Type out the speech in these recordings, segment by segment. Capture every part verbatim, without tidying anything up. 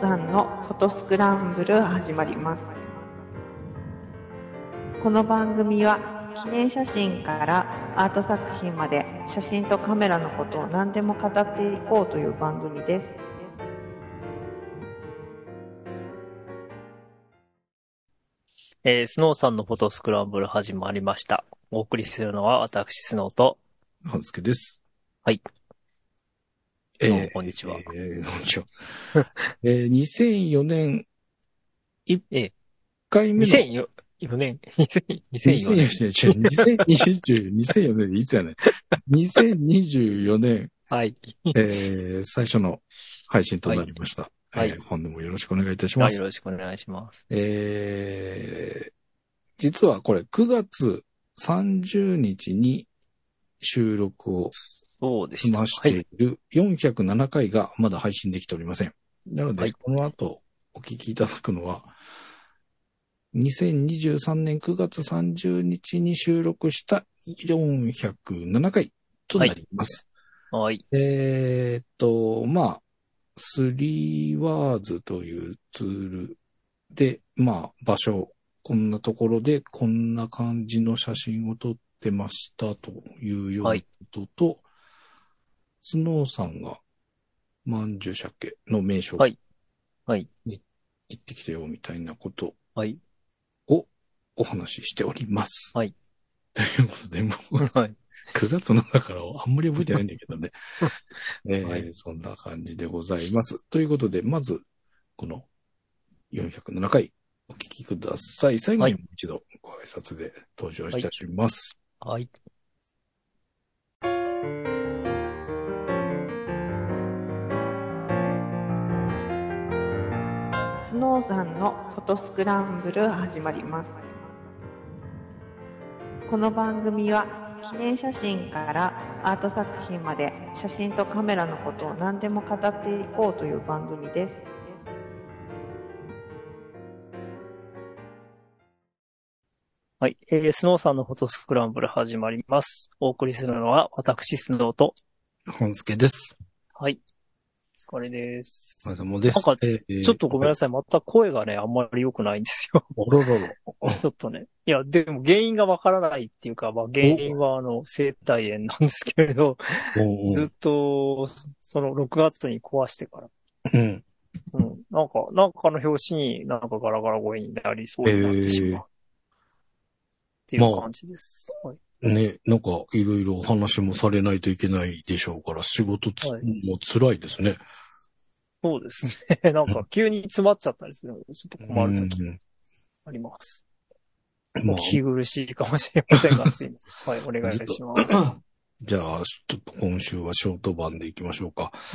さんのフォトスクランブル始まります。この番組は記念写真からアート作品まで写真とカメラのことを何でも語っていこうという番組です。 えー、スノーさんのフォトスクランブル始まりました。お送りするのは私、スノーと、 はずけです。 はい。 えどうもこんにちは。 えー、こんにちは。えー、にせんよねん、いっかいめの。 にせんよねん ?にせんよねん ?にせんよねん。 にせんよねん。にせんにじゅう、にせんよねんでいつやねん。にせんにじゅうよねん、 はい。 えー、最初の配信となりました。 はい。 えー、本年もよろしくお願いいたします。 よろしくお願いします。 えー、実はこれくがつさんじゅうにちに収録を済ましているよんひゃくななかいがまだ配信できておりません。なので、はい、この後お聞きいただくのは、にせんにじゅうさんねんくがつさんじゅうにちに収録したよんひゃくななかいとなります。 はい。 えー、っと、まあ、スリーワーズというツールで、まあ、場所、こんなところでこんな感じの写真を撮ってましたというようなことと、はい、スノーさんが曼殊沙華の名所に行ってきたよみたいなことをお話ししております。 はい。 ということで、もう、はい、くがつのだからあんまり覚えてないんだけどね。えーはい、そんな感じでございます。ということで、まず、このよんひゃくななかいお聞きください。最後にもう一度ご挨拶で登場いたします。 はい。はいスノーさんのフォトスクランブル始まります。この番組は記念写真からアート作品まで写真とカメラのことを何でも語っていこうという番組です。 はい、えー。スノーさんのフォトスクランブル始まります。お送りするのは私、スノーと、 本助です。 はい。お疲れです。 お疲れ様です。 なんか、ちょっとごめんなさい。また声がね、あんまり良くないんですよ。 おろろろ。 ちょっとね。いや、でも原因がわからないっていうか、まあ原因はあの、生体炎なんですけれど、ずっと、そのろくがつに壊してから。 うん。 うん。なんか、なんかの拍子になんかガラガラ声になりそうになってしまう。っていう感じです。 まあ、はい。ね、なんかいろいろお話もされないといけないでしょうから、仕事つ、はい、もう辛いですね。 そうですね。なんか急に詰まっちゃったりするので、ちょっと困るときあります。まあ、聞き苦しいかもしれませんが、すいません。はい、お願いします。 じゃあ、ちょっと今週はショート版でいきましょうか。はい。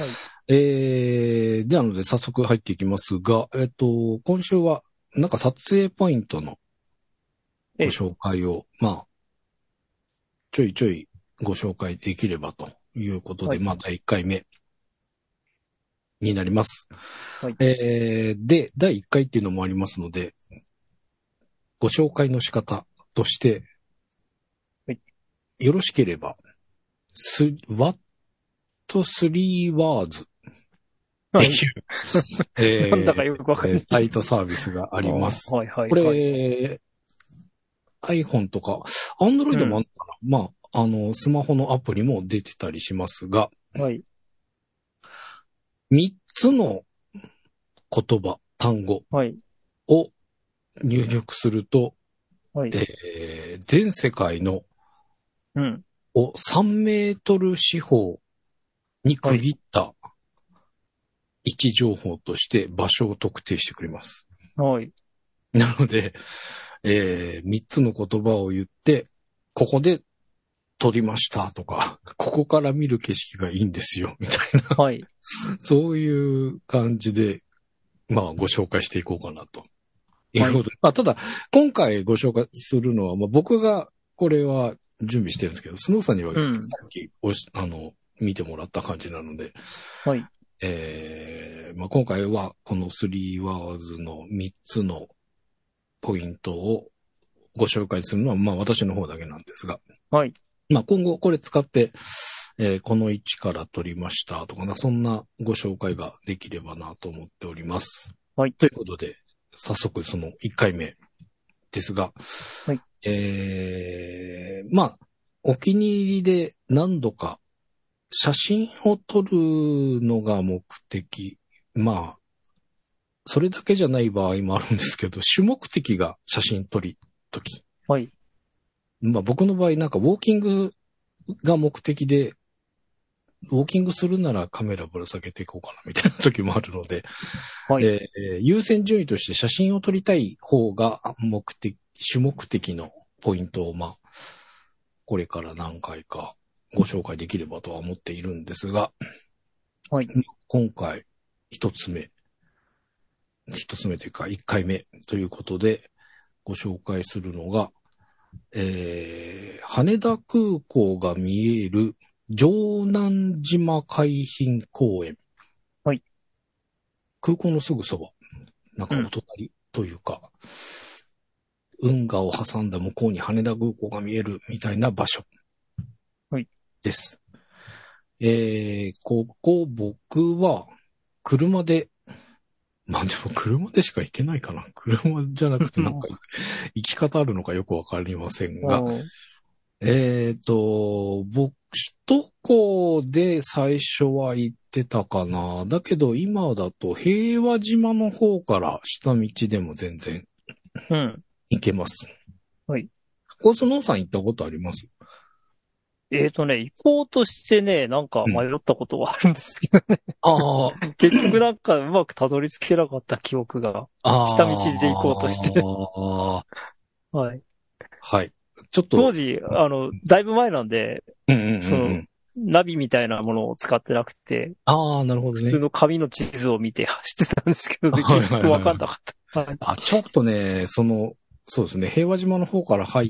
えー、ではので早速入っていきますが、えっと、今週はなんか撮影ポイントのご紹介を、まあ、ちょいちょいご紹介できればということで、はい、まあ、だいいっかいめになります。はい。えー、で、だいいっかいっていうのもありますので、ご紹介の仕方として、はい、よろしければ、す、ワットスリーワーズっていう、えー、なんだかよくわかんない。サイトサービスがあります。はいはいはい。これ、iPhone とか、Android もあるのかな、うん、まあ、あの、スマホのアプリも出てたりしますが、はい。みっつの言葉、単語を入力すると、はい、えー、全世界の、うん、をさんメートル四方に区切った位置情報として場所を特定してくれます。はい。なので、えー、みっつの言葉を言って、ここで撮りましたとか、ここから見る景色がいいんですよ、みたいな。はい。そういう感じで、まあ、ご紹介していこうかなと。いうことで。はい、まあ、ただ、今回ご紹介するのは、まあ、僕がこれは準備してるんですけど、スノーさんにはさっきおし、うん、あの、見てもらった感じなので、はい。えー、まあ、今回はこのスリーワーズのみっつのポイントをご紹介するのは、まあ、私の方だけなんですが、はい。まあ、今後これ使って、 えーこの位置から撮りましたとかな、そんなご紹介ができればなと思っております。 はい。 ということで、早速そのいっかいめですが、 はい。 えー、まあ、お気に入りで何度か写真を撮るのが目的。まあ、それだけじゃない場合もあるんですけど、主目的が写真撮りとき。 はい。 まあ僕の場合なんかウォーキングが目的で、ウォーキングするならカメラぶら下げていこうかなみたいな時もあるので、 はい。 えー優先順位として写真を撮りたい方が目的、主目的のポイントをまあ、これから何回かご紹介できればとは思っているんですが、 はい。 今回一つ目、一つ目というか一回目ということでご紹介するのが、えー、羽田空港が見える城南島海浜公園。 はい。 空港のすぐそば、なんかお隣というか、うん、運河を挟んだ向こうに羽田空港が見えるみたいな場所。 はい。 です。えー、ここ僕は車で、まあでも車でしか行けないかな。車じゃなくてなんか行き方あるのかよくわかりませんが、えっと、僕、首都高で最初は行ってたかな。だけど今だと平和島の方から下道でも全然行けます。 うん、はい。 コースノーさん行ったことあります？ えーとね、行こうとしてね、なんか迷ったことはあるんですけどね。うん、ああ。結局なんかうまくたどり着けなかった記憶が、下道で行こうとして。はい。 はい。ちょっと。 当時、あの、だいぶ前なんで、 うんうんうんうん、 その、ナビみたいなものを使ってなくて、 ああ、なるほどね。 普通の紙の地図を見て走ってたんですけど、結局わかんなかった。はいはいはい、 あ、ちょっとね、その、そうですね、平和島の方から入って、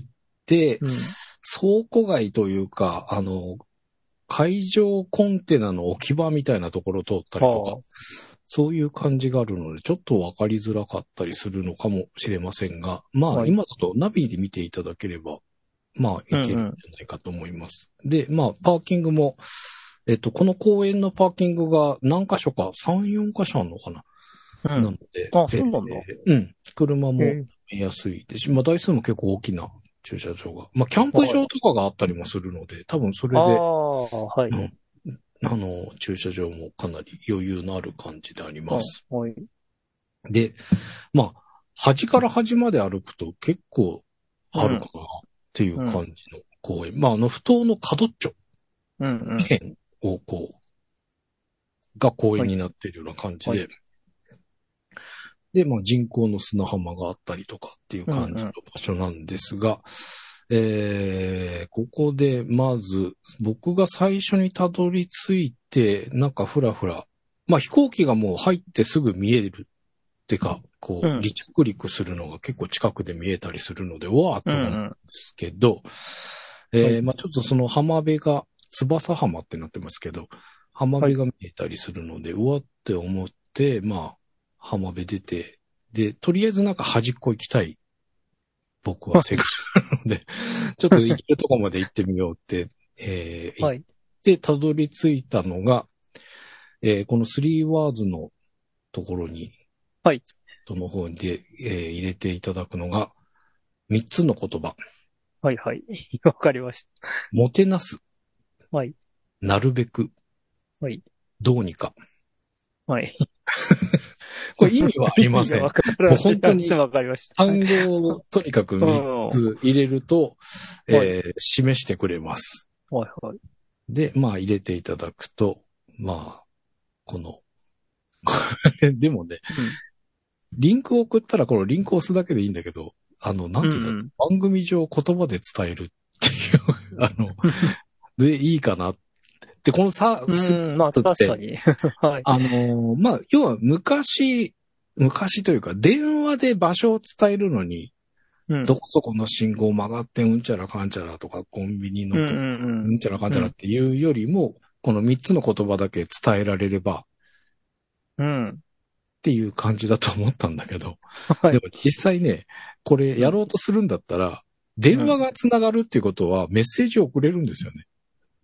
うん、倉庫街というか、あの、海上コンテナの置き場みたいなところを通ったりとか、そういう感じがあるので、ちょっとわかりづらかったりするのかもしれませんが、まあ、はい、今だとナビで見ていただければ、まあ、いけるんじゃないかと思います。うんうん、で、まあ、パーキングも、えっと、この公園のパーキングが何箇所か、さん、よん箇所あるのかな、うん、なので、 あ、そうなんだ。 えー、うん。車も見やすいですし、まあ、台数も結構大きな駐車場が。まあ、キャンプ場とかがあったりもするので、多分それで、あ、 はい、 うん、あの、駐車場もかなり余裕のある感じであります。 はい。 で、まあ、端から端まで歩くと結構あるかなっていう感じの公園。うん、まあ、あの、埠頭の角っちょ。辺をこう、が公園になっているような感じで。はいはい、で、まあ、人工の砂浜があったりとかっていう感じの場所なんですが、うんうん、えー、ここでまず僕が最初にたどり着いて、なんかふらふら、まあ飛行機がもう入ってすぐ見えるっていうか、こう、離着陸するのが結構近くで見えたりするので、うわーっと思うんですけど、うんうん、えー、まあちょっとその浜辺が、翼浜ってなってますけど、浜辺が見えたりするので、はい、うわって思って、まあ、浜辺出て、で、とりあえずなんか端っこ行きたい。僕は性格なので、ちょっと行けるとこまで行ってみようって、えー、行ってたどり着いたのが、えー、このスリーワーズのところに、 はい。 その方で、えー、入れていただくのが、三つの言葉。 はいはい。わかりました。 もてなす。 はい。 なるべく。 はい。 どうにか。 はい。 これ意味はありません。もう本当に単語をとにかくみっつ入れると、うんえー、示してくれます。 はいはい。 で、まあ入れていただくと、まあ、この、これでもね、うん、リンクを送ったらこのリンクを押すだけでいいんだけど、あの、なんていうんだろう、うんうん、番組上言葉で伝えるっていう、あの、でいいかなって。で、このさ、 うん、まあ確かに。はい。 あのー、まあ、要は昔、昔というか、電話で場所を伝えるのに、うん、どこそこの信号曲がってうんちゃらかんちゃらとか、コンビニのとか、うん、うんうん、ちゃらかんちゃらっていうよりも、うん、この三つの言葉だけ伝えられれば、 うん。 っていう感じだと思ったんだけど、はい、でも実際ね、これやろうとするんだったら、電話がつながるっていうことはメッセージを送れるんですよね。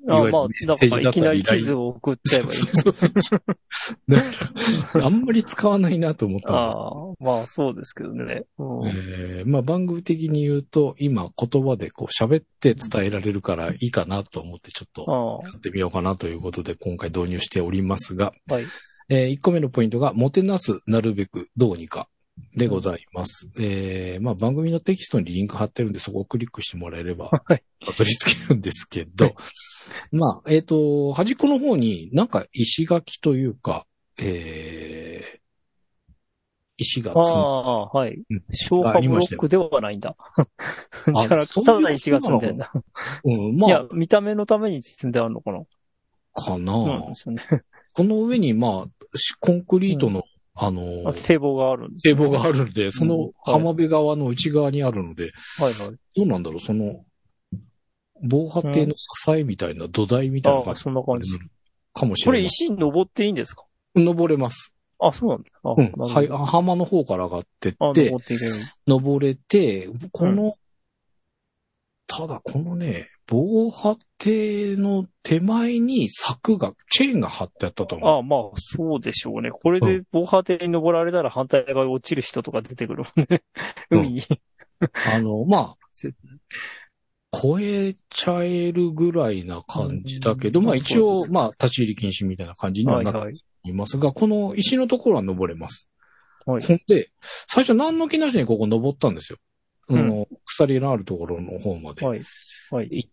ああ、まあ、だからいきなり地図を送っちゃえばいい。そうそうそうだからあんまり使わないなと思ったんです。 ああ、まあそうですけどね。うん、 えー、まあ番組的に言うと、今言葉でこう喋って伝えられるからいいかなと思ってちょっとやってみようかなということで今回導入しておりますが、 はい。 えー、いっこめのポイントが、もてなす、なるべく、どうにか。でございます。うん、えー、まあ番組のテキストにリンク貼ってるんで、そこをクリックしてもらえれば、たどり着けるんですけど、はい、まあ、えっ、ー、と、端っこの方になんか石垣というか、えー、石が積んで、 ああ、はい。消波ブロックではないんだ。じゃなくて、ただ石が積んでるんだ。うん、まあ。いや、見た目のために積んであるのかなかななんですよね。 この上に、まあ、コンクリートの、うん、あのー、 堤防があるんですよ、ね。堤防があるんで、その浜辺側の内側にあるので、 うん、はいはい。 どうなんだろう、その、防波堤の支えみたいな、土台みたいな感じ。 ああ、そんな感じ。 かもしれない。 これ石に登っていいんですか？ 登れます。 あ、そうなんだ。あ、 うん。はい、浜の方から上がってって、 登っていける。 登れて、この、うん、ただこのね、防波堤の手前に柵が、チェーンが張ってあったと思う。 ああ、まあ、そうでしょうね。これで防波堤に登られたら反対側に落ちる人とか出てくるもんね。海に。 あの、まあ、超えちゃえるぐらいな感じだけど、まあ一応、まあ立ち入り禁止みたいな感じにはなっていますが、この石のところは登れます。はい。ほんで、最初何の気なしにここ登ったんですよ。あの、鎖のあるところの方まで行って、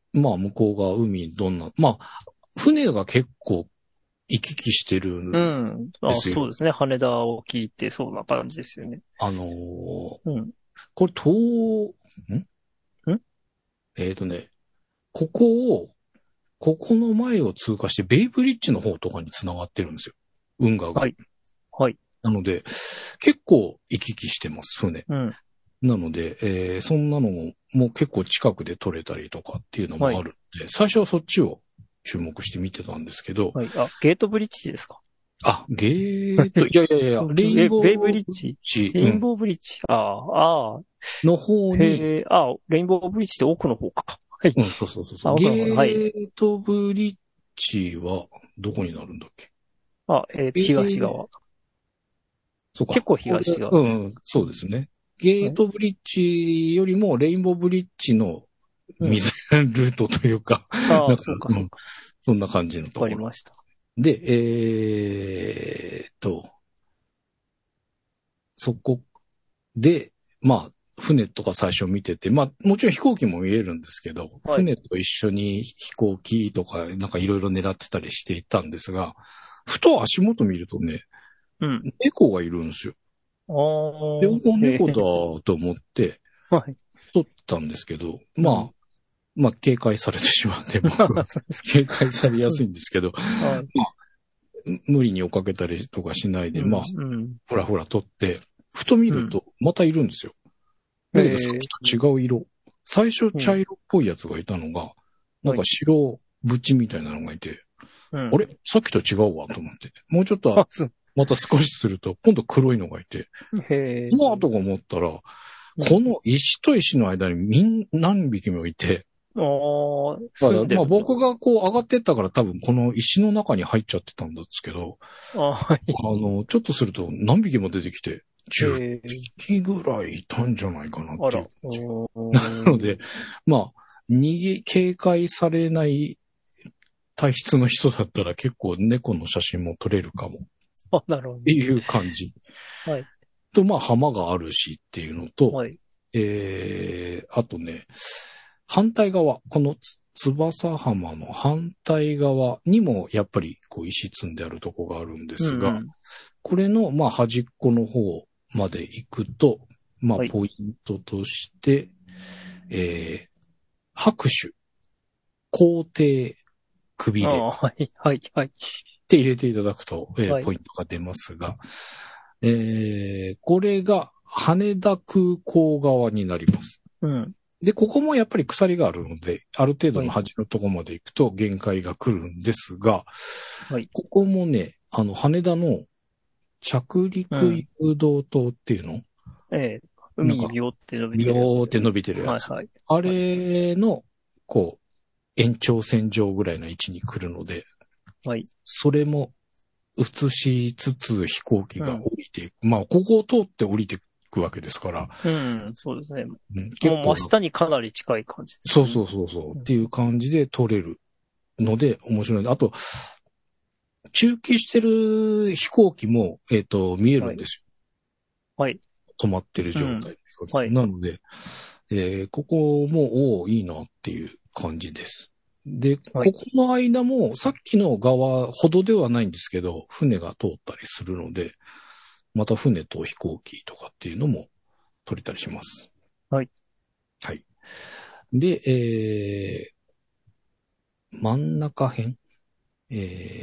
まあ向こうが海どんな、まあ、船が結構行き来してるんですよ。うん。 あ、そうですね。羽田を聞いてそうな感じですよね。 あのー、うん、これ、東、んえっとね、ここを、ここの前を通過して、ベイブリッジの方とかに繋がってるんですよ。運河が。 はい。はい。 なので、結構行き来してます、船。 うん。 なので、えー、そんなのも、もう結構近くで撮れたりとかっていうのもあるんで、はい、最初はそっちを注目して見てたんですけど。 はい。あ、ゲートブリッジですか？ あ、ゲート、いやいやいや、レインボーベイブリッジ。レインボーブリッジ。うん、ああ、ああ。 の方に。 へああ、レインボーブリッジって奥の方か。はい。 うん、そうそうそうそう。ゲートブリッジは、どこになるんだっけ？ あ、えー、東側。 そうか。 結構東側。 うん、そうですね。ゲートブリッジよりも、レインボーブリッジの水、うん、ルートというか。 ああ、そうか、そうか、うん。 そんな感じのところ。 わかりました。 で、えーっと、そこで、まあ、船とか最初見てて、まあ、もちろん飛行機も見えるんですけど、はい、船と一緒に飛行機とか、なんかいろいろ狙ってたりしていたんですが、ふと足元見るとね、うん、猫がいるんですよ。 ああ。 で、僕猫だと思って、 はい。 撮ったんですけど、まあ、うん、まあ、警戒されてしまって、僕は警戒されやすいんですけど、はい、まあ、無理に追っかけたりとかしないで、うん、まあ、うん、ふらふら撮って、ふと見ると、またいるんですよ。だけど、さっきと違う色。最初、茶色っぽいやつがいたのが、なんか白縁みたいなのがいて、うん、あれさっきと違うわと思って。もうちょっと、また少しすると、今度黒いのがいて、 へうわーとか思ったら、この石と石の間にみん何匹もいて、 ああ、 だからまあ僕がこう上がってったから多分この石の中に入っちゃってたんですけど、 あ、はい、 あの、ちょっとすると何匹も出てきて、じゅっぴきぐらいいたんじゃないかなっていう。なので、まあ、逃げ、警戒されない体質の人だったら結構猫の写真も撮れるかも。 あ、なるほど。 っていう感じ。 はい。 と、まあ、浜があるしっていうのと、 はい。 えー、あとね、反対側、この翼浜の反対側にもやっぱりこう石積んであるとこがあるんですが、うんうん、これのまあ端っこの方まで行くと、まあポイントとして、はい、えー、拍手、皇帝、くびれ。 はい、はい、はい。 って入れていただくと、えーはい、 ポイントが出ますが、えー、これが羽田空港側になります。 うん。 で、ここもやっぱり鎖があるので、ある程度の端のところまで行くと限界が来るんですが、 はい、 ここもね、あの、羽田の着陸誘導灯っていうの、うん、 ええ海にビヨって伸びてるやつ。 ビヨーって伸びてるやつ。 はいはい、 あれの、こう、 延長線上ぐらいの位置に来るので、 はい。 それも映しつつ飛行機が降りていく。うん、まあ、ここを通って降りていくわけですから。 うん、そうですね。 うん、 結構。もう真下にかなり近い感じですね。そうそうそうそう、うん。っていう感じで撮れるので面白い。あと、中継してる飛行機も、えっと、見えるんですよ。はい。 止まってる状態、うん。 はい。 なので、えー、ここも、おーいいなっていう感じです。で、はい、ここの間も、さっきの側ほどではないんですけど、船が通ったりするので、また船と飛行機とかっていうのも撮れたりします。 はい。 はい。で、えー、真ん中辺えー、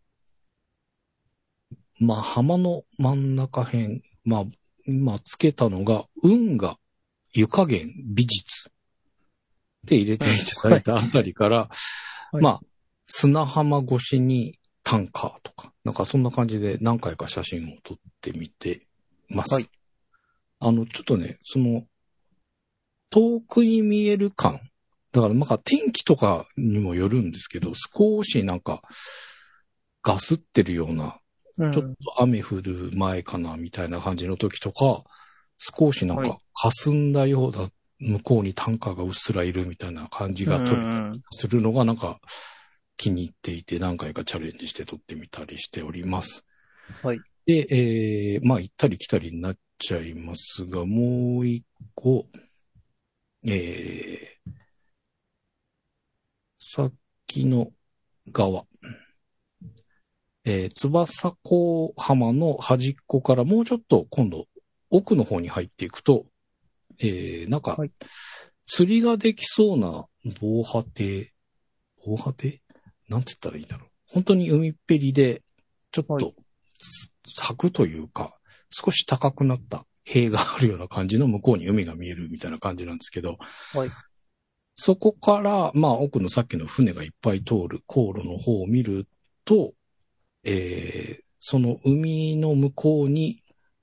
うん、まあ、浜の真ん中辺、まあ、今つけたのが、運河、湯加減、美術で入れていただいたあたりから、はい、まあ、砂浜越しにタンカーとか、なんかそんな感じで何回か写真を撮ってみてます。はい、あの、ちょっとね、その、遠くに見える感。だからなんか天気とかにもよるんですけど、少しなんか、ガスってるような、ちょっと雨降る前かなみたいな感じの時とか、少しなんか霞んだような、向こうにタンカーがうっすらいるみたいな感じが撮れたりするのがなんか気に入っていて何回かチャレンジして撮ってみたりしております。 はい。 で、えー、まあ行ったり来たりになっちゃいますが、もう一個、えー、さっきの側。えー、翼港浜の端っこからもうちょっと今度奥の方に入っていくと、えー、なんか、釣りができそうな防波堤、防波堤なんて言ったらいいんだろう。本当に海っぺりで、ちょっと、柵というか、少し高くなった塀があるような感じの向こうに海が見えるみたいな感じなんですけど、 はい、 そこから、まあ奥のさっきの船がいっぱい通る航路の方を見ると、えー、その海の向こうに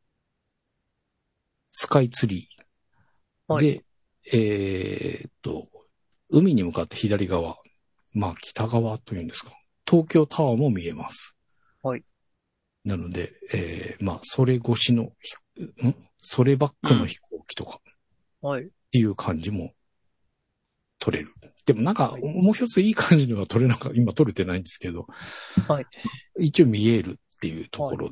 スカイツリーで、はい、えー、っと、海に向かって左側、まあ北側というんですか、東京タワーも見えます。 はい。 なので、えー、まあそれ越しの、んそれバックの飛行機とか、 うん、はい。 っていう感じも撮れる。でもなんか、もう一ついい感じのが撮れなか、今撮れてないんですけど、 はい。 一応見えるっていうところで。はい、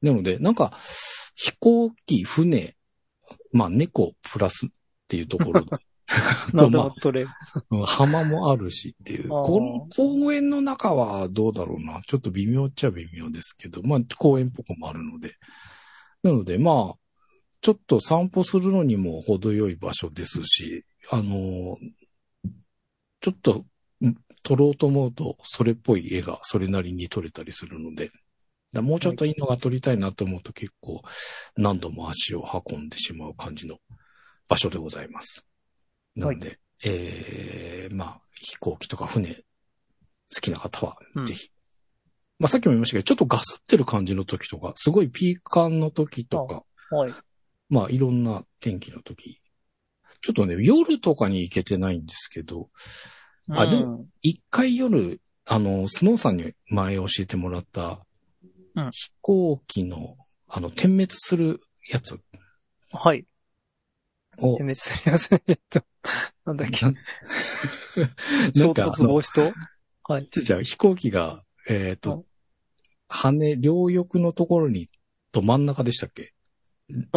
なので、なんか、飛行機、船、まあ猫プラスっていうところで。 とまあ、浜もあるしっていう。この公園の中はどうだろうな。ちょっと微妙っちゃ微妙ですけど、まあ公園っぽくもあるので。なのでまあ、ちょっと散歩するのにも程よい場所ですし、あの、ちょっと撮ろうと思うとそれっぽい絵がそれなりに撮れたりするので、もうちょっといいのが撮りたいなと思うと結構何度も足を運んでしまう感じの場所でございます。なので、はい、えー、まあ、飛行機とか船好きな方はぜひ。うん、まあさっきも言いましたけど、ちょっとガスってる感じの時とか、すごいピーカンの時とか、 はい、 まあいろんな天気の時、ちょっとね、夜とかに行けてないんですけど、うん、あ、でも、一回夜、あの、スノーさんに前教えてもらった、うん、飛行機の、あの、点滅するやつ。 はい。点滅するやつ。えっと、なんだっけ。衝突防止とはい。じゃあ飛行機が、えっ、ー、と、羽、両翼のところに、と真ん中でしたっけ？ うん、うん、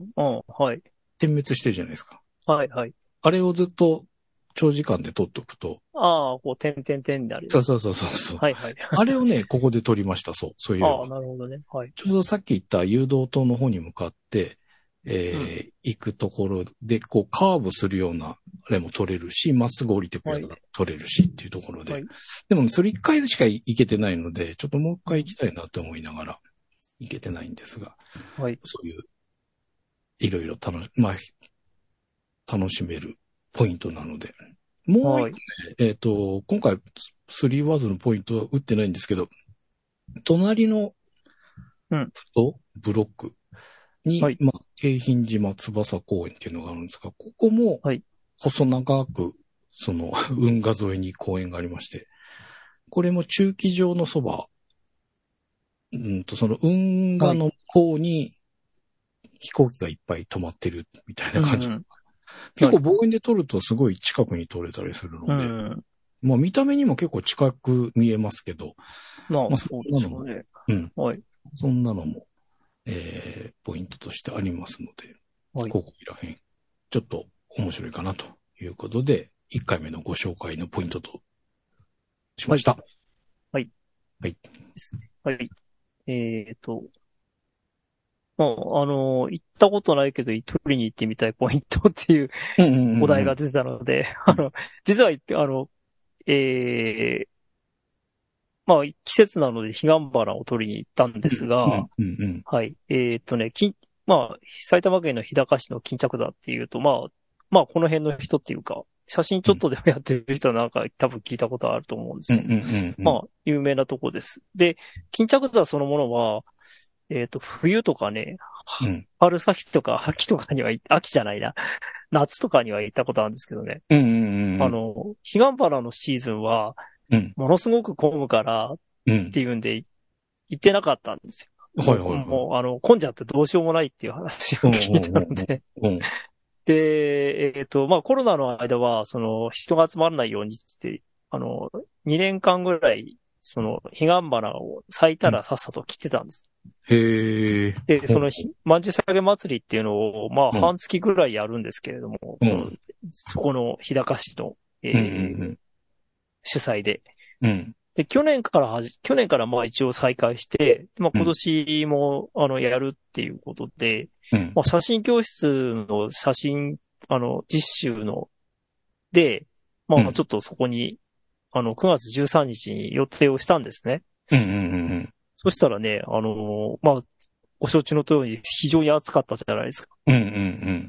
はい。 点滅してるじゃないですか。 はい、はい。 あれをずっと長時間で撮っておくと。 ああ、こう、点点点である。 そうそうそうそう。 はい、はい。 あれをね、ここで撮りました、そう。そういう。 ああ、なるほどね。はい。 ちょうどさっき言った誘導灯の方に向かって、えーうん、行くところで、こう、カーブするような、あれも撮れるし、まっすぐ降りてくるような撮れるしっていうところで。はい、でも、ね、それ一回しか行けてないので、ちょっともう一回行きたいなと思いながら、行けてないんですが、 はい、 そういう、いろいろ楽し、まあ、楽しめるポイントなので。もう一個ね、はい、えっ、ー、と、今回、スリーワーズのポイントは打ってないんですけど、隣の、 うん、 ブロックに、はい、まあ、京浜島翼公園っていうのがあるんですが、ここも、細長くその、運河沿いに公園がありまして、これも駐機場のそば、うんと、その運河の方に飛行機がいっぱい止まってるみたいな感じ。うんうん、結構望遠で撮るとすごい近くに撮れたりするので、うん、まあ見た目にも結構近く見えますけど、 まあ、まあ、そうですよね。 うん。 はい。 そんなのも、えー、ポイントとしてありますので、はい、ここら辺、ちょっと面白いかなということで、いっかいめのご紹介のポイントとしました。 はい。 はい。 ですね。はい。えっ、ー、と、まあ、あの、行ったことないけど、取りに行ってみたいポイントっていうお題が出てたので、あの、実は言って、あの、えー、まあ、季節なので彼岸花を取りに行ったんですが、 うんうんうん、 はい。えー、っとね、金、まあ、埼玉県の日高市の巾着田っていうと、まあ、まあ、この辺の人っていうか、写真ちょっとでもやってる人はなんか多分聞いたことあると思うんです。 うんうんうんうん、 まあ、有名なとこです。で、巾着田そのものは、えー、っと、冬とかね、うん、春先とか秋とかには、秋じゃないな、夏とかには行ったことあるんですけどね。 うんうんうん、 あの、彼岸花のシーズンは、うん、ものすごく混むから、っていうんで、行ってなかったんですよ。はいはいはい、もう、あの、混んじゃってどうしようもないっていう話を聞いたので。で、えっと、まあコロナの間は、その、人が集まらないようにって、あの、にねんかんぐらい、その、彼岸花を咲いたらさっさと切ってたんです。 うん、へえ。 で、その、まんじゅうしゃげ祭りっていうのを、まあ、半月ぐらいやるんですけれども、うん、そのそこの日高市の、えーうんうんうん、主催で。うんで、去年からはじ、去年からまあ一応再開して、まあ今年も、うん、あの、やるっていうことで、うん、まあ写真教室の写真、あの、実習の、で、まあちょっとそこに、うん、あの、くがつじゅうさんにちに予定をしたんですね。うんうんうんうん、そしたらね、あの、まあ、ご承知の通り非常に暑かったじゃないですか。うんうんうん、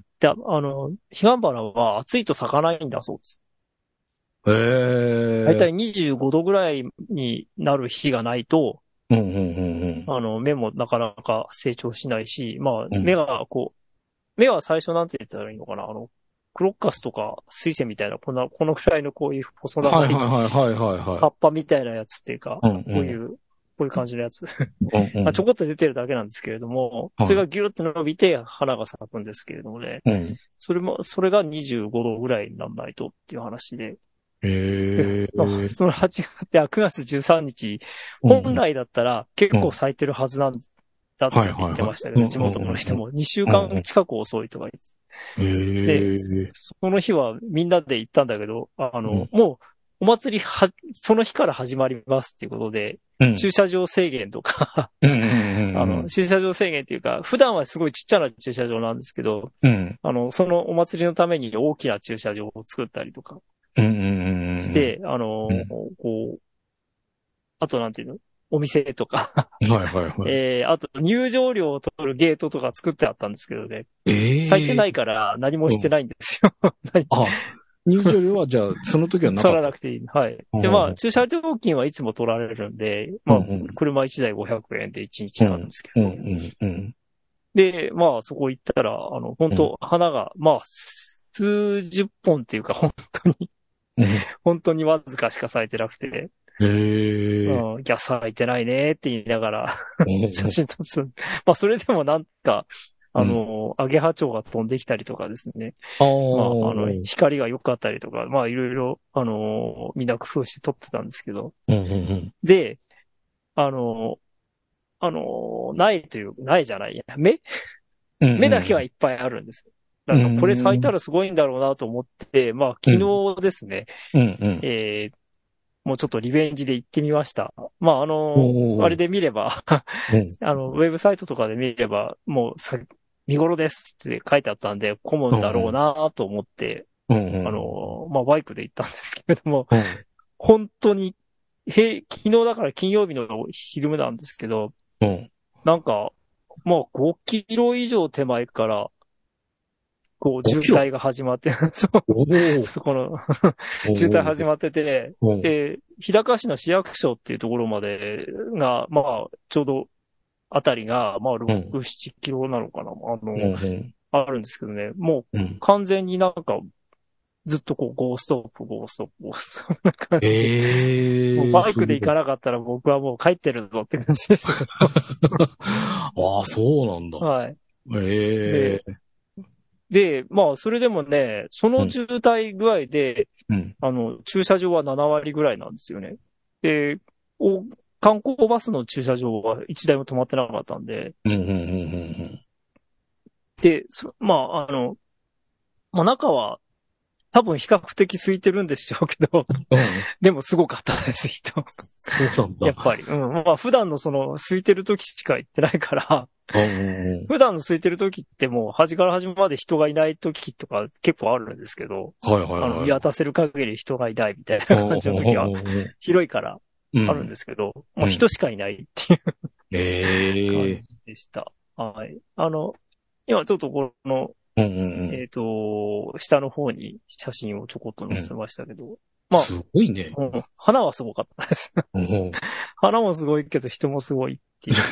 で、あの、彼岸花は暑いと咲かないんだそうです。 へえ。 だいたいにじゅうごどぐらいになる日がないと、うんうんうんうん、あの、目もなかなか成長しないし、まあ、目がこう、目は最初なんて言ったらいいのかな、あの、クロッカスとか水仙みたいな、こんな、このくらいのこういう細長い、葉っぱみたいなやつっていうか、うんうん、こういう、こういう感じのやつ。うんうんまあ、ちょこっと出てるだけなんですけれども、それがギュルッと伸びて花が咲くんですけれどもね、うん、それも、それがにじゅうごどぐらいにならないとっていう話で、 へー。 そのはちがつ、くがつじゅうさんにち、本来だったら結構咲いてるはずなんだって言ってましたけど、地元の人もにしゅうかん近く遅いとか言って。で、その日はみんなで行ったんだけど、あの、うん、もうお祭りは、その日から始まりますっていうことで、うん、駐車場制限とか、あの、駐車場制限っていうか、普段はすごいちっちゃな駐車場なんですけど、うん、あの、そのお祭りのために大きな駐車場を作ったりとか、して、あの、うん、こう、あとなんていうのお店とかはいはいはい。えー、あと入場料を取るゲートとか作ってあったんですけどね。えー、咲いてないから何もしてないんですよ。うん、 あ、入場料はじゃあ、その時はなかった。 取らなくていい。はい。で、まあ、駐車料金はいつも取られるんで、まあ、うんうん、車いちだいごひゃくえんでいちにちなんですけど。うんうんうん、で、まあ、そこ行ったら、あの、本当、うん、花が、まあ、数十本っていうか、本当に本当にわずかしか咲いてなくて。へー。うん、いや、咲いてないねって言いながら写真撮つ。まあ、それでもなんか、あの、うん、アゲハチョウが飛んできたりとかですね。まあ、あの、光が良かったりとか、まあ、いろいろ、あの、みんな工夫して撮ってたんですけど。うんうんうん、で、あの、あの、ないという、ないじゃないや、目、うんうん、目だけはいっぱいあるんです。だからこれ咲いたらすごいんだろうなと思って、まあ昨日ですね、うんうん、えー、もうちょっとリベンジで行ってみました。まああの、あれで見れば、うん、あの、ウェブサイトとかで見れば、もうさ見頃ですって書いてあったんで、混むんだろうなと思って、うんうん、あの、まあバイクで行ったんですけれども、うん、本当に、へ昨日だから金曜日の昼間なんですけど、うん、なんか、もうごキロ以上手前から、こう、渋滞が始まって、そう、そこの渋滞始まってて、で、日高市の市役所っていうところまでが、まあ、ちょうど、あたりが、まあ、ろく、ななキロなのかな、あの、うんうん、あるんですけどね、もう、完全になんか、 ずっとこう、ゴーストップ、ゴーストップ、ゴーストップな感じで。 ええー。 もうバイクで行かなかったら僕はもう帰ってるぞって感じでしたけど。 ああ、そうなんだ。 はい。 ええー。で、で、まあ、それでもね、その渋滞具合で、うん、あの、駐車場はなな割ぐらいなんですよね。で、お観光バスの駐車場はいちだいも止まってなかったんで。 うんうんうんうんうん、 で、まあ、あの、まあ、中は多分比較的空いてるんでしょうけど、うん、でもすごかったです、人。 そうなんだ。 やっぱり。うん。まあ普段のその空いてる時しか行ってないから、うんうんうん、普段の空いてる時ってもう端から端まで人がいない時とか結構あるんですけど、 はいはいはい、あの見渡せる限り人がいないみたいな感じの時は広いからあるんですけど、うん、もう人しかいないっていう、 えー、 感じでした。はい。あの、今ちょっとこの、うんうんうん、えっ、ー、と、下の方に写真をちょこっと載せましたけど。うん、 まあ。すごいね。 うん。花はすごかったです。うん、花もすごいけど人もすごいっていう。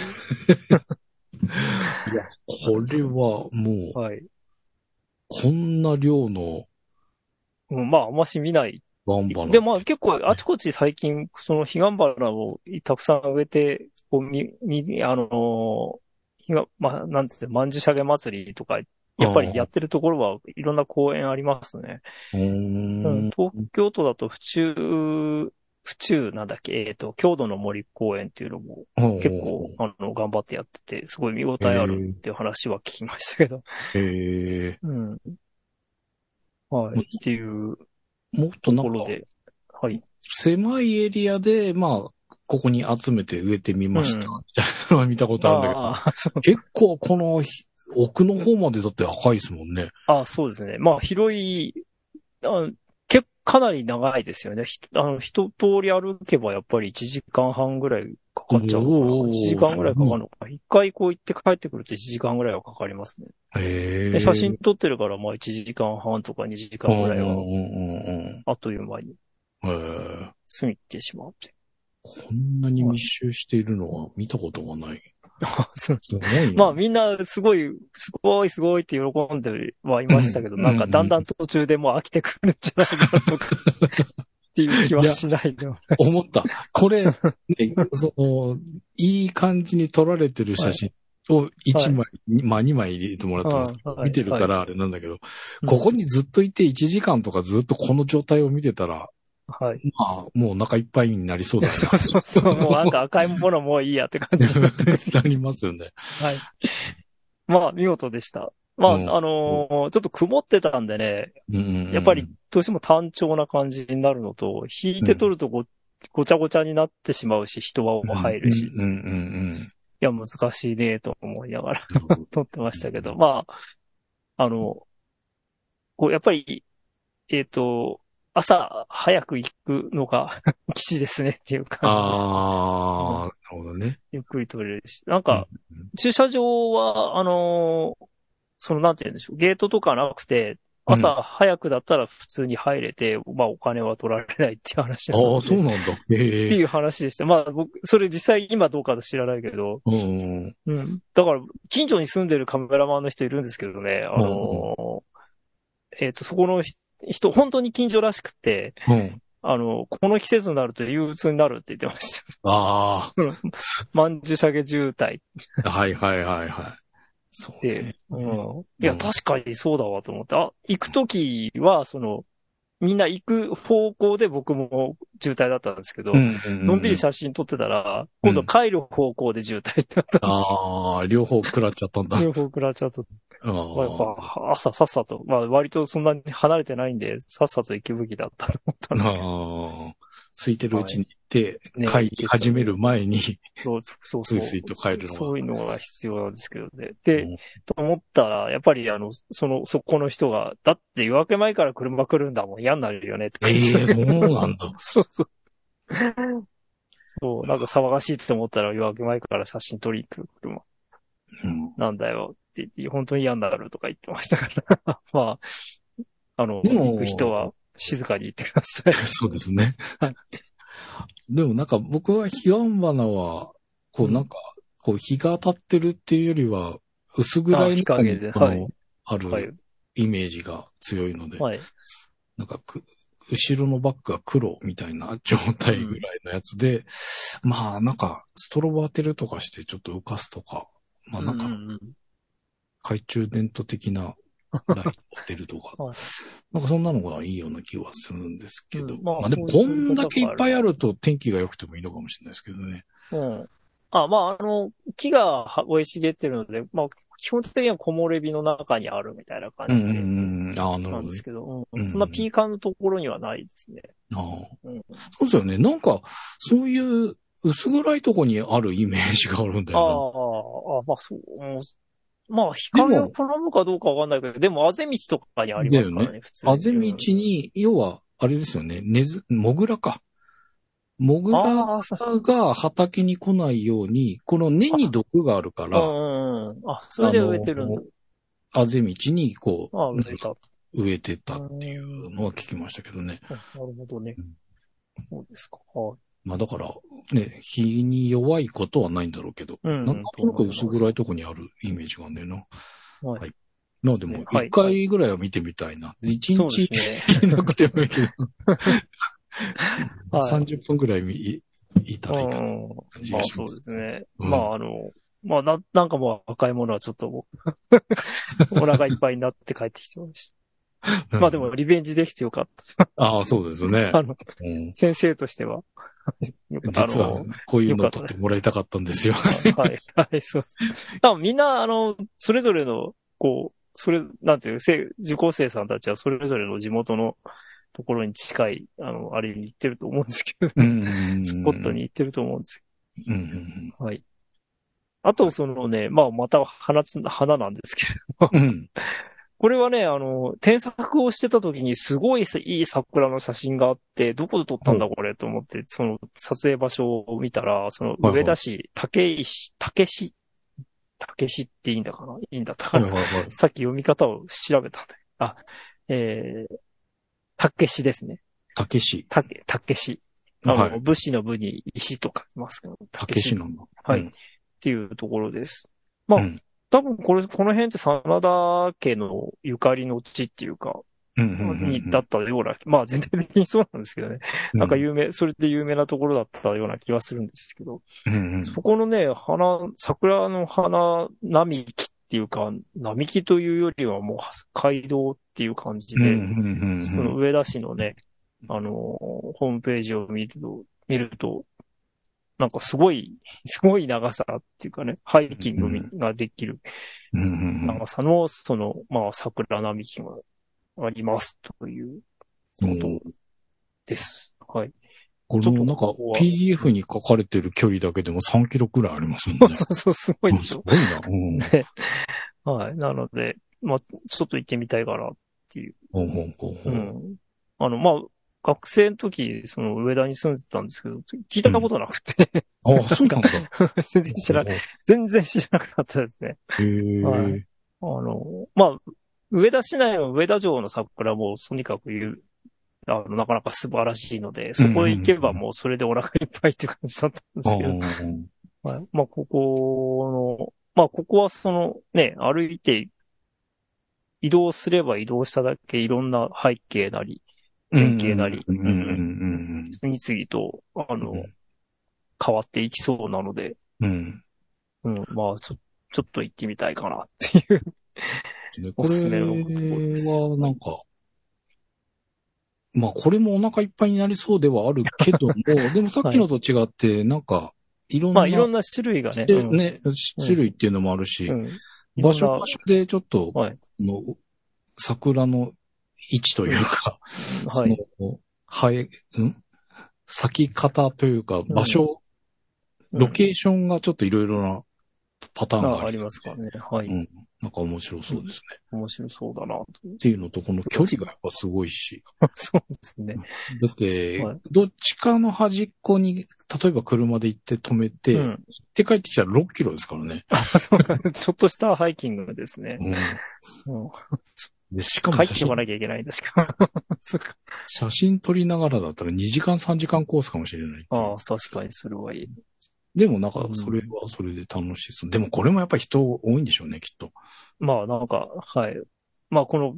いや、これはもう、はい。こんな量の。 うん、まあ、あんまし見ない。 ガンバナ。 で、まあ結構あちこち最近、その彼岸花をたくさん植えて、こう、み、み、あのー、ひが、まあ、なんつって、まんじゅしゃげ祭りとか、やっぱりやってるところはいろんな公園ありますね。うん、東京都だと府中、府中なんだっけ、えっ、ー、と、郷土の森公園っていうのも結構、あの、頑張ってやってて、すごい見応えあるっていう話は聞きましたけど。 へえ。 うん。はい。っていう。 もっとなんか、 はい。 狭いエリアで、まあ、ここに集めて植えてみました。みたいなのは見たことあるんだけど。あ結構この奥の方までだって赤いですもんね。 あ、そうですね。まあ広い、あ結かなり長いですよね。あの、一通り歩けばやっぱりいちじかんはんぐらいかかっちゃうのかな。いちじかんぐらいかかるのかな。一、うん、回こう行って帰ってくるといちじかんぐらいはかかりますね。 へで写真撮ってるからまあいちじかんはんとかにじかんぐらいは、あっという間に過ぎてしまって。 こんなに密集しているのは見たことがない。 すごい。まあみんなすごい、すごいすごいって喜んではいましたけど、うん、なんかだんだん途中でもう飽きてくるんじゃないかなとかっていう気はしないでもない。 思った。これ、ね、その、いい感じに撮られてる写真をいちまい、はい、まあにまい入れてもらってますけど、はい、見てるからあれなんだけど、はい、ここにずっといていちじかんとかずっとこの状態を見てたら、 はい。 まあ、もうお腹いっぱいになりそうだね。 そうそうそう。もうなんか赤いものもういいやって感じになりますよね。 はい。まあ、見事でした。まあ、うん、あのー、ちょっと曇ってたんでね、うんうんうん、やっぱりどうしても単調な感じになるのと、引いて撮ると ご,、うん、ごちゃごちゃになってしまうし、人は入るし。 うんうんうんうん、 いや、難しいね、と思いながら撮ってましたけど、まあ、あの、こうやっぱり、えっ、ー、と、朝早く行くのが騎士ですねっていう感じで。 ああ、なるほどね。 ゆっくり撮れるし。なんか、うんうん、駐車場は、あのー、そのなんて言うんでしょう、ゲートとかなくて、朝早くだったら普通に入れて、うん、まあお金は取られないっていう話なので。 ああ、そうなんだ。へえ。 っていう話でした。まあ僕、それ実際今どうか知らないけど。 うん。 うん。だから、近所に住んでるカメラマンの人いるんですけどね、あのー、うん、えっと、そこの人、本当に近所らしくて、うん、あの、この季節になると憂鬱になるって言ってました。 ああ。 まんじゅしゃげ渋滞。 はいはいはいはい。 そうね。うん。いや、確かにそうだわと思って。あ、行くときは、その、みんな行く方向で僕も渋滞だったんですけど、うんうんうん、のんびり写真撮ってたら、今度帰る方向で渋滞だったんです、うん、 ああ、両方食らっちゃったんだ。 両方食らっちゃった。あまあ、やっぱ朝さっさと、まあ割とそんなに離れてないんで、さっさと行くべきだったと思ったんですけど。 あ空いてるうちに行って、はい、帰り始める前に、 そうそうそう。 スイスイと帰るのは。 そういうのが必要なんですけどね。で、うん、と思ったら、やっぱりあの、その、そこの人が、だって夜明け前から車来るんだもん、嫌になるよねって感じ。ええー、そうなんだ。 そうそう。そう、なんか騒がしいと思ったら夜明け前から写真撮りに来る車。うん、なんだよって言って、本当に嫌になるとか言ってましたから。まあ、あの、行く人は静かに行ってください。 そうですね。でもなんか僕は彼岸花は、こうなんか、こう日が当たってるっていうよりは、薄暗い中にこのあるイメージが強いので、 はい、 なんかく、後ろのバックが黒みたいな状態ぐらいのやつで、うん、まあなんか、ストロボ当てるとかしてちょっと浮かすとか、まあなんか、懐中電灯的なライト当てるとか、はい、なんかそんなのがいいような気はするんですけど、うん、まあ、まあでもこんだけいっぱいあると天気が良くてもいいのかもしれないですけどね。 うん。あ、まああの、木が生い茂ってるので、まあ基本的には木漏れ日の中にあるみたいな感じで。うんうんうん。ああ、なるほど、ね。なんですけど、うん、そんなピーカーのところにはないですね。 ああ、うん。そうですよね。なんか、そういう薄暗いとこにあるイメージがあるんだよな。ああ、まあそう。まあ、日陰を好むかどうかわかんないけど、でも、あぜ道とかにありますからね、ね普通に。 あぜ道に、要は、あれですよね、ねず、もぐらか。もぐらが畑に来ないように、この根に毒があるから、 うんうん、あ、それで植えてるんだ。 あぜ道に、こう、 あ植えた。 植えてたっていうのは聞きましたけどね。 なるほどね。うん、そうですか。はい。 まあだから、ね、日に弱いことはないんだろうけど、うん、なんとなく薄暗いとこにあるイメージがあるんだよな。はい。はい、まあでも、一回ぐらいは見てみたいな。一、はい、日、ね、なくてもいいけど。はい、さんじゅっぷんぐらいい、いたらいいかな感じがします。 まあそうですね。うん、まああの、まあな、なんかもう赤いものはちょっともう、お腹いっぱいになって帰ってきてました。まあでもリベンジできてよかった。 ああ、そうですね。 あの、うん、先生としては。 実は、こういうのを取ってもらいたかったんですよ。 はい、はい、そうです。多分みんな、あの、それぞれの、こう、それ、なんていう、受講生さんたちはそれぞれの地元のところに近い、あの、あれに行ってると思うんですけど、ね、スポットに行ってると思うんですけど。うんうんうん、はい。あと、そのね、まあ、また花つ、花なんですけど、うん、これはね、あの、添削をしてた時にすごいいい桜の写真があって、どこで撮ったんだこれと思って、その撮影場所を見たら、その上田市、竹石、竹市、竹市っていいんだかないいんだったかな、はいはいはい、さっき読み方を調べたんで。あ、えー、竹市ですね。 竹市。 竹、竹市。あの、はい、武士の部に石と書きますけど。 竹市なんだ。 はい、うん。っていうところです。まあ、うん、多分これ、この辺って真田家のゆかりの地っていうか、うんうんうんうん、に、だったような、まあ全体的にそうなんですけどね。うん、なんか有名、それで有名なところだったような気はするんですけど、うんうん、そこのね、花、桜の花並木っていうか、並木というよりはもう街道っていう感じで、うんうんうんうん、その上田市のね、あの、ホームページを見ると、見ると、なんかすごい、すごい長さっていうかね、ハイキングができる長さの、その、まあ、桜並木がありますということです。はい。 これもなんか ピーディーエフ に書かれてる距離だけでもさんキロくらいありますもんね。 そうそう、すごいでしょ。 すごいな。うん、 ね。はい。なので、まあ、ちょっと行ってみたいかなっていう。 ほうほうほうほう。 うん。あの、まあ、学生の時、その上田に住んでたんですけど、聞いたことなくて、 うん。ああ、そうなんだ。 全然知らない。全然知らなかったですね。 へえ、はい。 あの、まあ、上田市内の上田城の桜もとにかく言う、あの、なかなか素晴らしいので、そこへ行けばもうそれでお腹いっぱいって感じだったんですけど、はい、まあ、ここの、まあ、ここはそのね、歩いて移動すれば移動しただけいろんな背景なり、前景なり、次々と、あの、うん、変わっていきそうなので、うん。うん、まあ、ちょ、ちょっと行ってみたいかなっていう。 おすすめのところです。これはなんか、まあこれもお腹いっぱいになりそうではあるけども、でもさっきのと違って、なんか、いろんな、 まあいろんな種類がね。 うん、ね、種類っていうのもあるし、うん、場所場所でちょっと、はい、の桜の位置というか、はい、その、はえ、ん咲き方というか、場所、うん、ロケーションがちょっといろいろなパターンがあり、 あ、ありますかね。はい。 うん。なんか面白そうですね。 うん、面白そうだなと。 っていうのと、この距離がやっぱすごいし。 そうですね。 だって、はい、どっちかの端っこに、例えば車で行って止めて、うん、行って帰ってきたらろっキロですからね。 あ、そうか。ちょっとしたハイキングですね。 うん。うんで、しかも帰ってこなきゃいけないんだしか。 写真撮りながらだったらにじかんさんじかんコースかもしれないああ、確かにそれはいい。 でもなんか、それはそれで楽しいです、うん。でもこれもやっぱり人多いんでしょうね、きっと。 まあなんか、はい。まあこの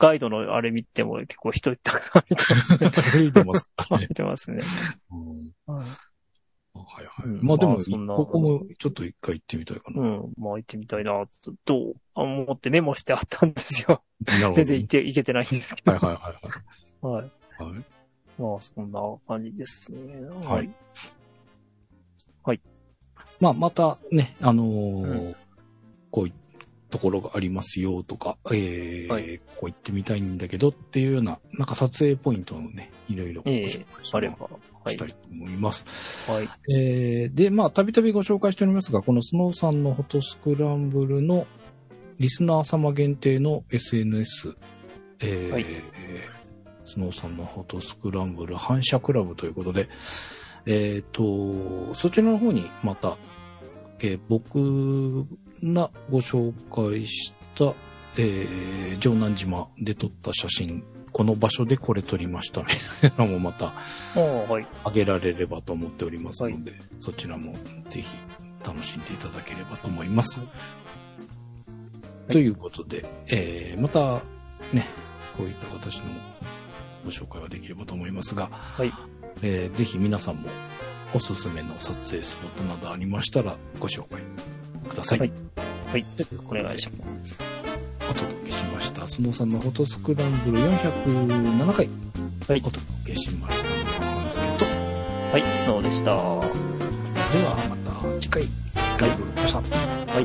ガイドのあれ見ても結構人いた歩いてますね。 歩いてますか歩いてますね。 うん、はいはいはい。 うん、 まあでも、 まあ、 ここもちょっと一回行ってみたいかな。 うん、まあ行ってみたいな、と思ってメモしてあったんですよ。 なるほど。 全然行って、行けてないんですけど。 はいはいはいはい。はい。 はい。 まあそんな感じですね。 はい。 はい。 まあまたね、あのーうん、こういうところがありますよとか、えーはい、こう行ってみたいんだけどっていうような、なんか撮影ポイントのね、いろいろご紹介してもらしたいと思います。 はい。 えー、で、まあ、たびたびご紹介しておりますが、このスノーさんのフォトスクランブルのリスナー様限定の エスエヌエス、えーはい、スノーさんのフォトスクランブル反射クラブということで、えっと、そちらの方にまた、えー、僕がご紹介した、えー、城南島で撮った写真、この場所でこれ撮りましたみたいなのもまたあげられればと思っておりますので、はい、そちらもぜひ楽しんでいただければと思います。はい、ということで、えー、またね、こういった形のご紹介はできればと思いますが、はい、えー、ぜひ皆さんもおすすめの撮影スポットなどありましたらご紹介ください。はい、 はい、お願いします。 お届けしましたスノーさんのフォトスクランブルよんひゃくななかい、はい、お届けしましたのはハンスケとはいスノーでした。ではまた次回ライブでした。はい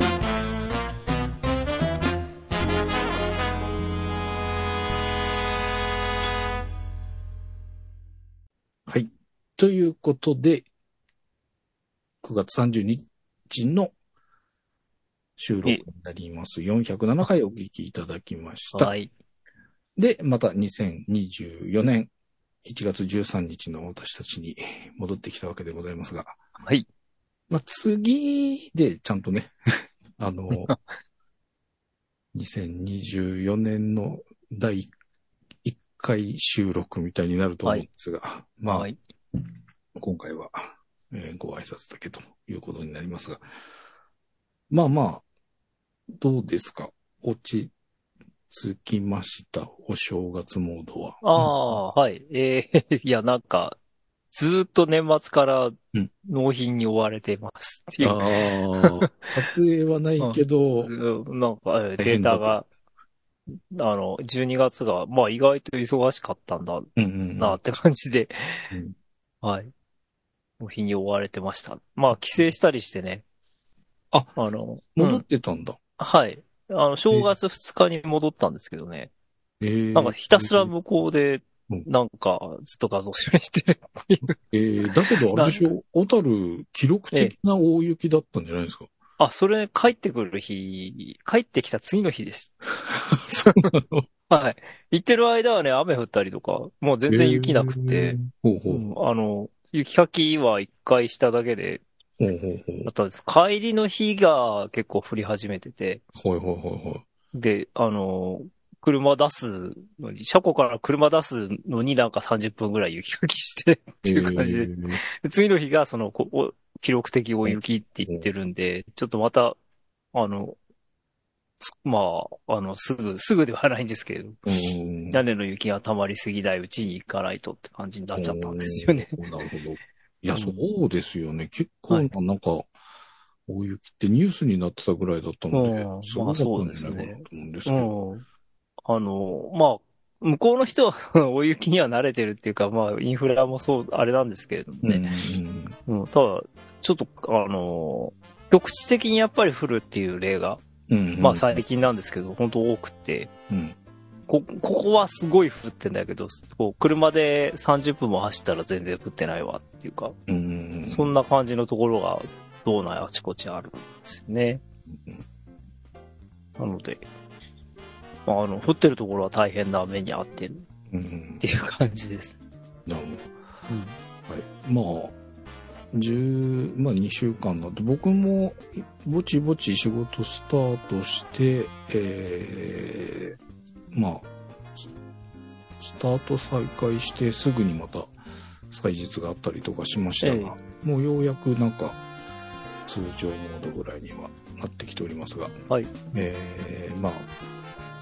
はい。ということで、くがつさんじゅうにちの収録になります。よんひゃくななかいお聞きいただきました。はい。で、またにせんにじゅうよねんいちがつじゅうさんにちの私たちに戻ってきたわけでございますが。 はい。 まあ、次でちゃんとね、あの、にせんにじゅうよねんのだいいっかい収録みたいになると思うんですが、はい、まあ、はい、今回は、えー、ご挨拶だけということになりますが、まあまあ、どうですか？落ち着きました？お正月モードは。 ああ、はい。ええー、いや、なんか、ずーっと年末から納品に追われてますっていう。 ああ、撮影はないけど、 うん、なんか、データが、あの、じゅうにがつが、まあ意外と忙しかったんだなって感じで、うんうんうん、はい。納品に追われてました。まあ帰省したりしてね。 あ、あの、戻ってたんだ。うん、 はい。あの、正月ふつかに戻ったんですけどね。えー、なんかひたすら向こうで、なんかずっと画像処理してるっていう。 えー、だけどあれでしょ、小樽記録的な大雪だったんじゃないですか？ あ、それ帰ってくる日、帰ってきた次の日です。 そうなの？ はい。行ってる間はね、雨降ったりとか、もう全然雪なくて、えー、ほうほう、うん、あの、雪かきは一回しただけで、ほうほうほう、あったんです。帰りの日が結構降り始めてて、 はいはいはいはい。 で、あの、車出すのに、車庫から車出すのになんかさんじゅっぷんぐらい雪かきしてっていう感じで、えー、次の日がそのこ記録的大雪って言ってるんで、ちょっとまた、あの、まあ、あの、すぐ、すぐではないんですけれど、屋根の雪が溜まりすぎないうちに行かないとって感じになっちゃったんですよね。 なるほど。いや、そうですよね。結構な、なんか、大雪ってニュースになってたぐらいだったので、うん、すごかったんじゃないかなと思うんですけど。 うん、あの、まあ、向こうの人は大雪には慣れてるっていうか、まあ、インフラもそう、あれなんですけれどもね。うん、うん、ただ、ちょっと、あの、局地的にやっぱり降るっていう例が、うんうん、まあ最近なんですけど、本当多くて、うん、こ、ここはすごい降ってんだけど、こう車でさんじゅっぷんも走ったら全然降ってないわっていうか、うんうんうん、そんな感じのところが道内あちこちあるんですよね。うんうん、なので、まあ、あの、降ってるところは大変な目に遭ってるっていう感じです。 うんうん、なるほど。うん、はい。まあ、十、まあにしゅうかんだと、僕もぼちぼち仕事スタートして、えー、まあ、スタート再開してすぐにまた祭日があったりとかしましたが、えー、もうようやくなんか通常モードぐらいにはなってきておりますが、はい。えー、まあ、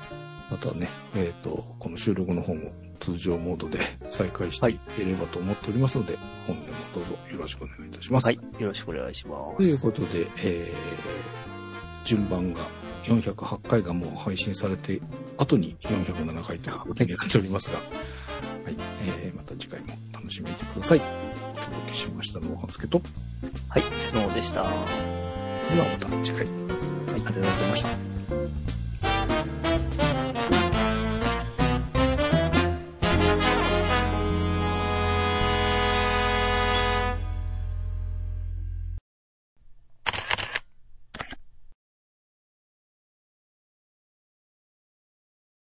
またね、えっと、この収録の方も通常モードで再開していければと思っておりますので、はい、本年もどうぞよろしくお願いいたします。 はい、よろしくお願いします。 ということで、えー、順番がよんひゃくはちかいがもう配信されて、後によんひゃくななかいということになっておりますが、はい、えー、また次回も楽しみにしてください。お届けしましたのは、はつけと。 はい、スノーでした。ではまた次回。はい、ありがとうございました。